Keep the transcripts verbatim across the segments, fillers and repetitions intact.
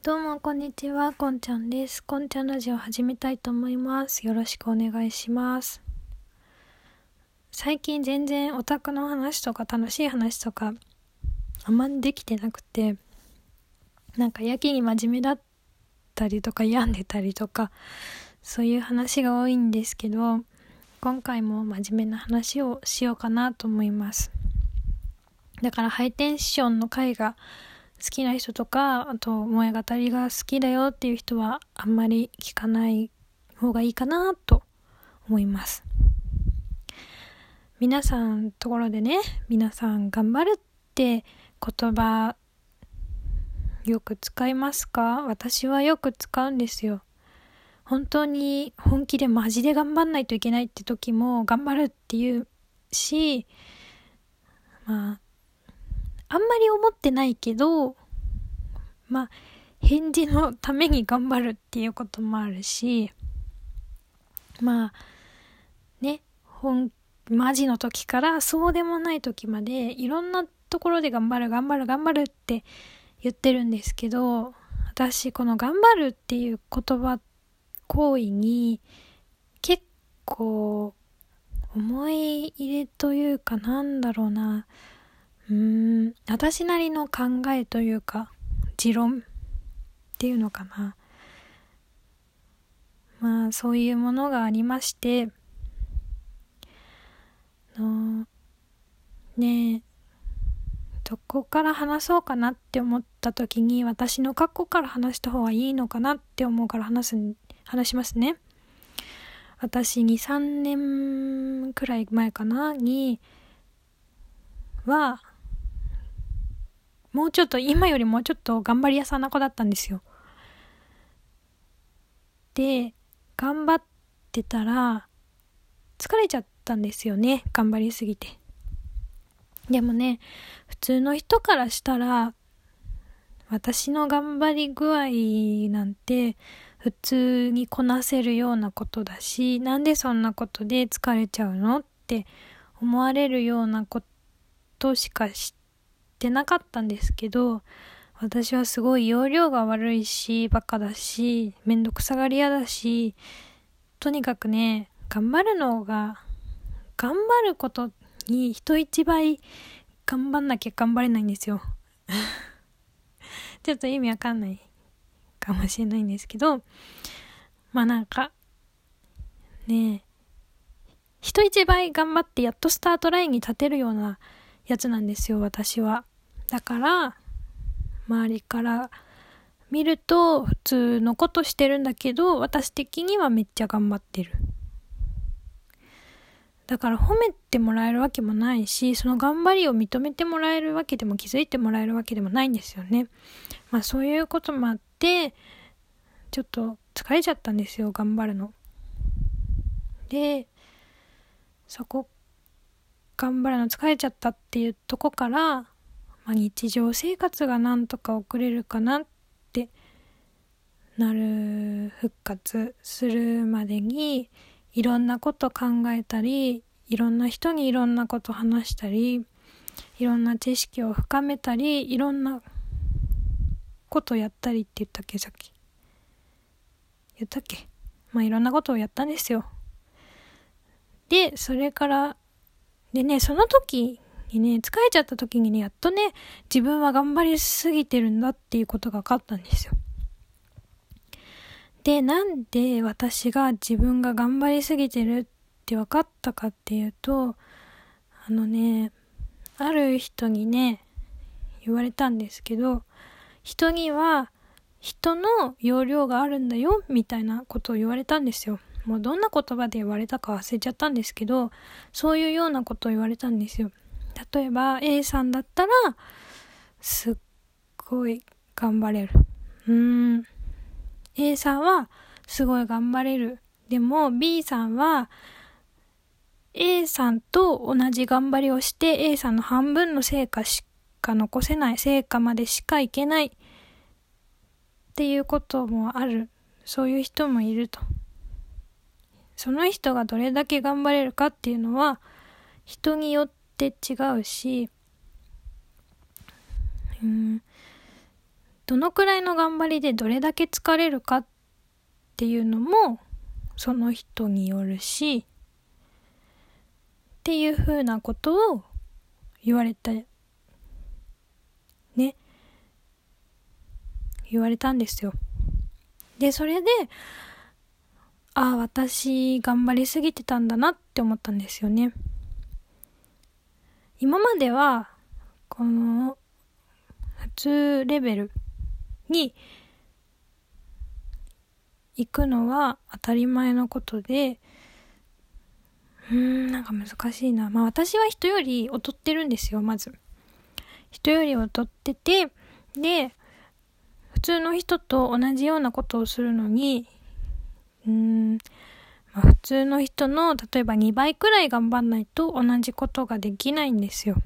どうもこんにちは、こんちゃんです。こんちゃんラジオ始めたいと思います。よろしくお願いします。最近全然オタクの話とか楽しい話とかあんまできてなくて、なんかやけに真面目だったりとか病んでたりとかそういう話が多いんですけど、今回も真面目な話をしようかなと思います。だからハイテンションの回が好きな人とか、あと萌え語りが好きだよっていう人はあんまり聞かない方がいいかなと思います。皆さんところでね、皆さん頑張るって言葉よく使いますか？私はよく使うんですよ。本当に本気でマジで頑張んないといけないって時も頑張るって言うし、まああんまり思ってないけど、まあ返事のために頑張るっていうこともあるし、まあね、本マジの時からそうでもない時までいろんなところで頑張る頑張る頑張るって言ってるんですけど、私この頑張るっていう言葉行為に結構思い入れというか、なんだろうな、うーん私なりの考えというか持論っていうのかな、まあそういうものがありまして、あのねえどこから話そうかなって思った時に、私の過去から話した方がいいのかなって思うから話す話しますね。私に、さんねんくらい前かなにはもうちょっと今よりもうちょっと頑張り屋さんな子だったんですよ。で頑張ってたら疲れちゃったんですよね、頑張りすぎて。でもね、普通の人からしたら私の頑張り具合なんて普通にこなせるようなことだし、なんでそんなことで疲れちゃうのって思われるようなことしかしてなかったんですけど、私はすごい容量が悪いし、バカだし、めんどくさがり屋だし、とにかくね、頑張るのが頑張ることに人一倍頑張んなきゃ頑張れないんですよちょっと意味わかんないかもしれないんですけど、まあなんかね、人一倍頑張ってやっとスタートラインに立てるようなやつなんですよ、私は。だから周りから見ると普通のことしてるんだけど、私的にはめっちゃ頑張ってる。だから褒めてもらえるわけもないし、その頑張りを認めてもらえるわけでも気づいてもらえるわけでもないんですよね。まあそういうこともあってちょっと疲れちゃったんですよ、頑張るの。でそこ頑張るの疲れちゃったっていうとこから、まあ、日常生活がなんとか送れるかなってなる復活するまでにいろんなこと考えたり、いろんな人にいろんなこと話したり、いろんな知識を深めたり、いろんなことやったりって言ったっけ、さっき言ったっけまあいろんなことをやったんですよ。でそれからでね、その時にね、疲れちゃった時にね、やっとね、自分は頑張りすぎてるんだっていうことが分かったんですよ。で、なんで私が自分が頑張りすぎてるって分かったかっていうと、あのね、ある人にね、言われたんですけど、人には人の容量があるんだよみたいなことを言われたんですよ。もうどんな言葉で言われたか忘れちゃったんですけど、そういうようなことを言われたんですよ。例えば A さんだったらすっごい頑張れる。うーん A さんはすごい頑張れる。でも B さんは A さんと同じ頑張りをして A さんの半分の成果しか残せない、成果までしかいけないっていうこともある。そういう人もいると。その人がどれだけ頑張れるかっていうのは人によって違うし、うんどのくらいの頑張りでどれだけ疲れるかっていうのもその人によるしっていうふうなことを言われたね言われたんですよ。でそれでああ私頑張りすぎてたんだなって思ったんですよね。今まではこの普通レベルに行くのは当たり前のことで、うーんなんか難しいな。まあ私は人より劣ってるんですよ。まず人より劣ってて、で普通の人と同じようなことをするのにうーん、まあ、普通の人の例えばにばいくらい頑張んないと同じことができないんですよ。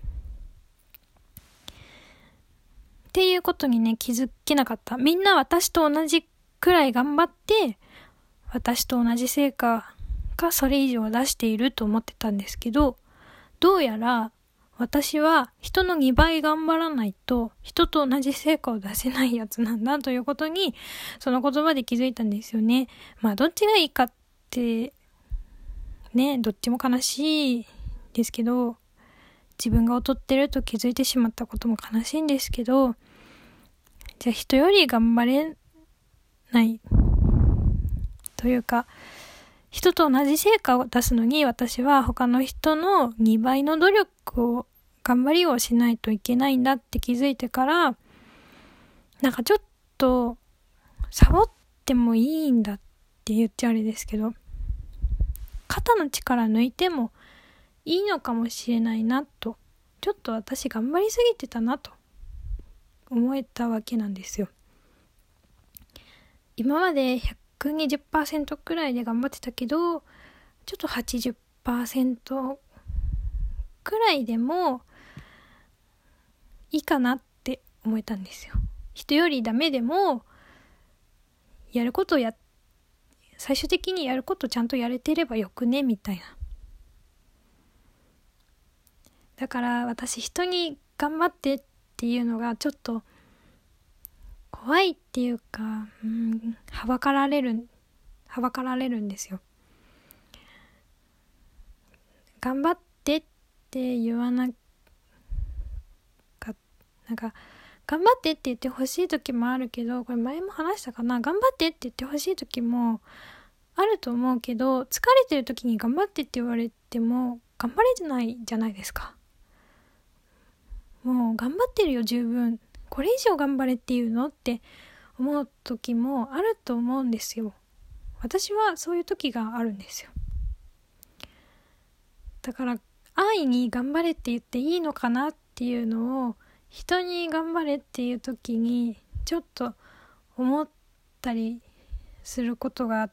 っていうことにね気づけなかった。みんな私と同じくらい頑張って私と同じ成果かそれ以上出していると思ってたんですけど、どうやら私は人のにばい頑張らないと人と同じ成果を出せないやつなんだということにその言葉で気づいたんですよね。まあどっちがいいかってねどっちも悲しいですけど、自分が劣ってると気づいてしまったことも悲しいんですけど、じゃあ人より頑張れないというか人と同じ成果を出すのに私は他の人のにばいの努力を頑張りをしないといけないんだって気づいてから、なんかちょっとサボってもいいんだって言っちゃあれですけど、肩の力抜いてもいいのかもしれないなと、ちょっと私頑張りすぎてたなと思えたわけなんですよ。今まで ひゃくにじゅっパーセント くらいで頑張ってたけど、ちょっと はちじゅっパーセント くらいでもいいかなって思えたんですよ。人よりダメでもやることをや最終的にやることちゃんとやれてればよくねみたいな。だから私人に頑張ってっていうのがちょっと怖いっていうか、うん、はばかられるはばかられるんですよ。頑張ってって言わなかなんか頑張ってって言ってほしい時もあるけど、これ前も話したかな、頑張ってって言ってほしい時もあると思うけど、疲れてる時に頑張ってって言われても頑張れないじゃないですか。もう頑張ってるよ十分、これ以上頑張れっていうのって思う時もあると思うんですよ。私はそういう時があるんですよ。だから安易に頑張れって言っていいのかなっていうのを人に頑張れっていう時にちょっと思ったりすることがあって、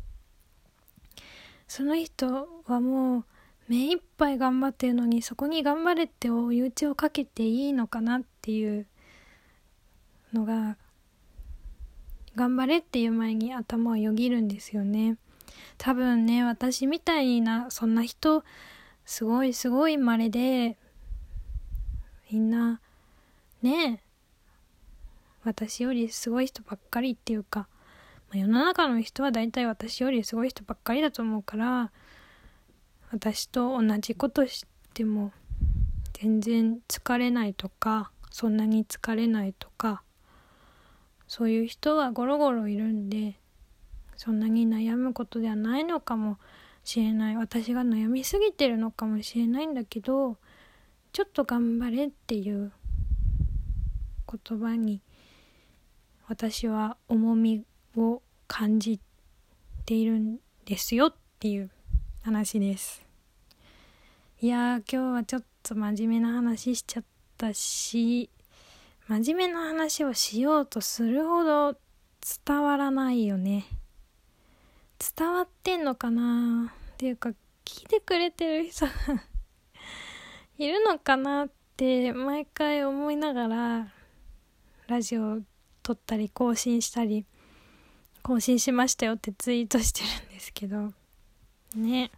その人はもう目いっぱい頑張ってるのにそこに頑張れって追い打ちをかけていいのかなっていうのが、頑張れっていう前に頭をよぎるんですよね。多分ね、私みたいなそんな人すごいすごい稀で、みんなね私よりすごい人ばっかりっていうか、まあ、世の中の人は大体私よりすごい人ばっかりだと思うから、私と同じことしても全然疲れないとか、そんなに疲れないとか、そういう人はゴロゴロいるんで、そんなに悩むことではないのかもしれない。私が悩みすぎてるのかもしれないんだけど、ちょっと頑張れっていう言葉に私は重みを感じているんですよっていう話です。いやー、今日はちょっと真面目な話しちゃったし、真面目な話をしようとするほど伝わらないよね。伝わってんのかなっていうか、聞いてくれてる人がいるのかなって毎回思いながらラジオを撮ったり更新したり、更新しましたよってツイートしてるんですけどね。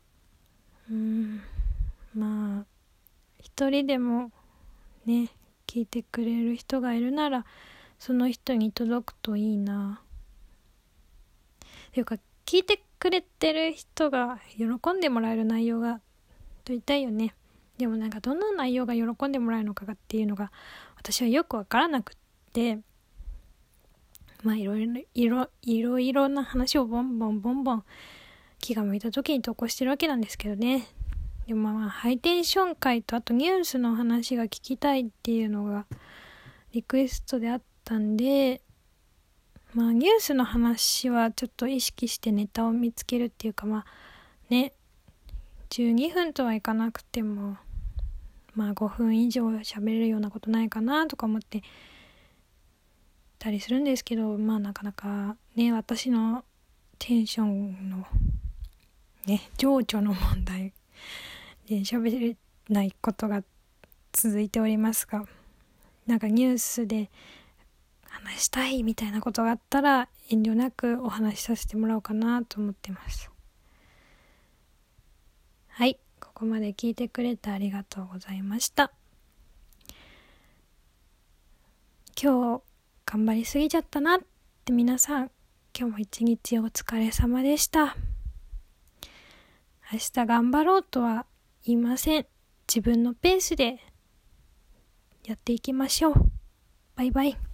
うーんまあ一人でもね、 聞いてくれる人がいるならその人に届くといいな。ていうか聞いてくれてる人が喜んでもらえる内容が撮りたいよね。でもなんかどんな内容が喜んでもらえるのかっていうのが私はよくわからなくって、まあいろいろいろいろいろな話をボンボンボンボン気が向いた時に投稿してるわけなんですけどね。でもまあハイテンション回とあとニュースの話が聞きたいっていうのがリクエストであったんで、まあニュースの話はちょっと意識してネタを見つけるっていうか、まあねじゅうにふんとはいかなくてもまあごふん以上喋れるようなことないかなとか思ってたりするんですけど、まあなかなかね私のテンションのね情緒の問題で喋れないことが続いておりますが、なんかニュースで話したいみたいなことがあったら遠慮なくお話しさせてもらおうかなと思ってます。はい、ここまで聞いてくれてありがとうございました。今日頑張りすぎちゃったなって皆さん、今日も一日お疲れ様でした。明日頑張ろうとは言いません。自分のペースでやっていきましょう。バイバイ。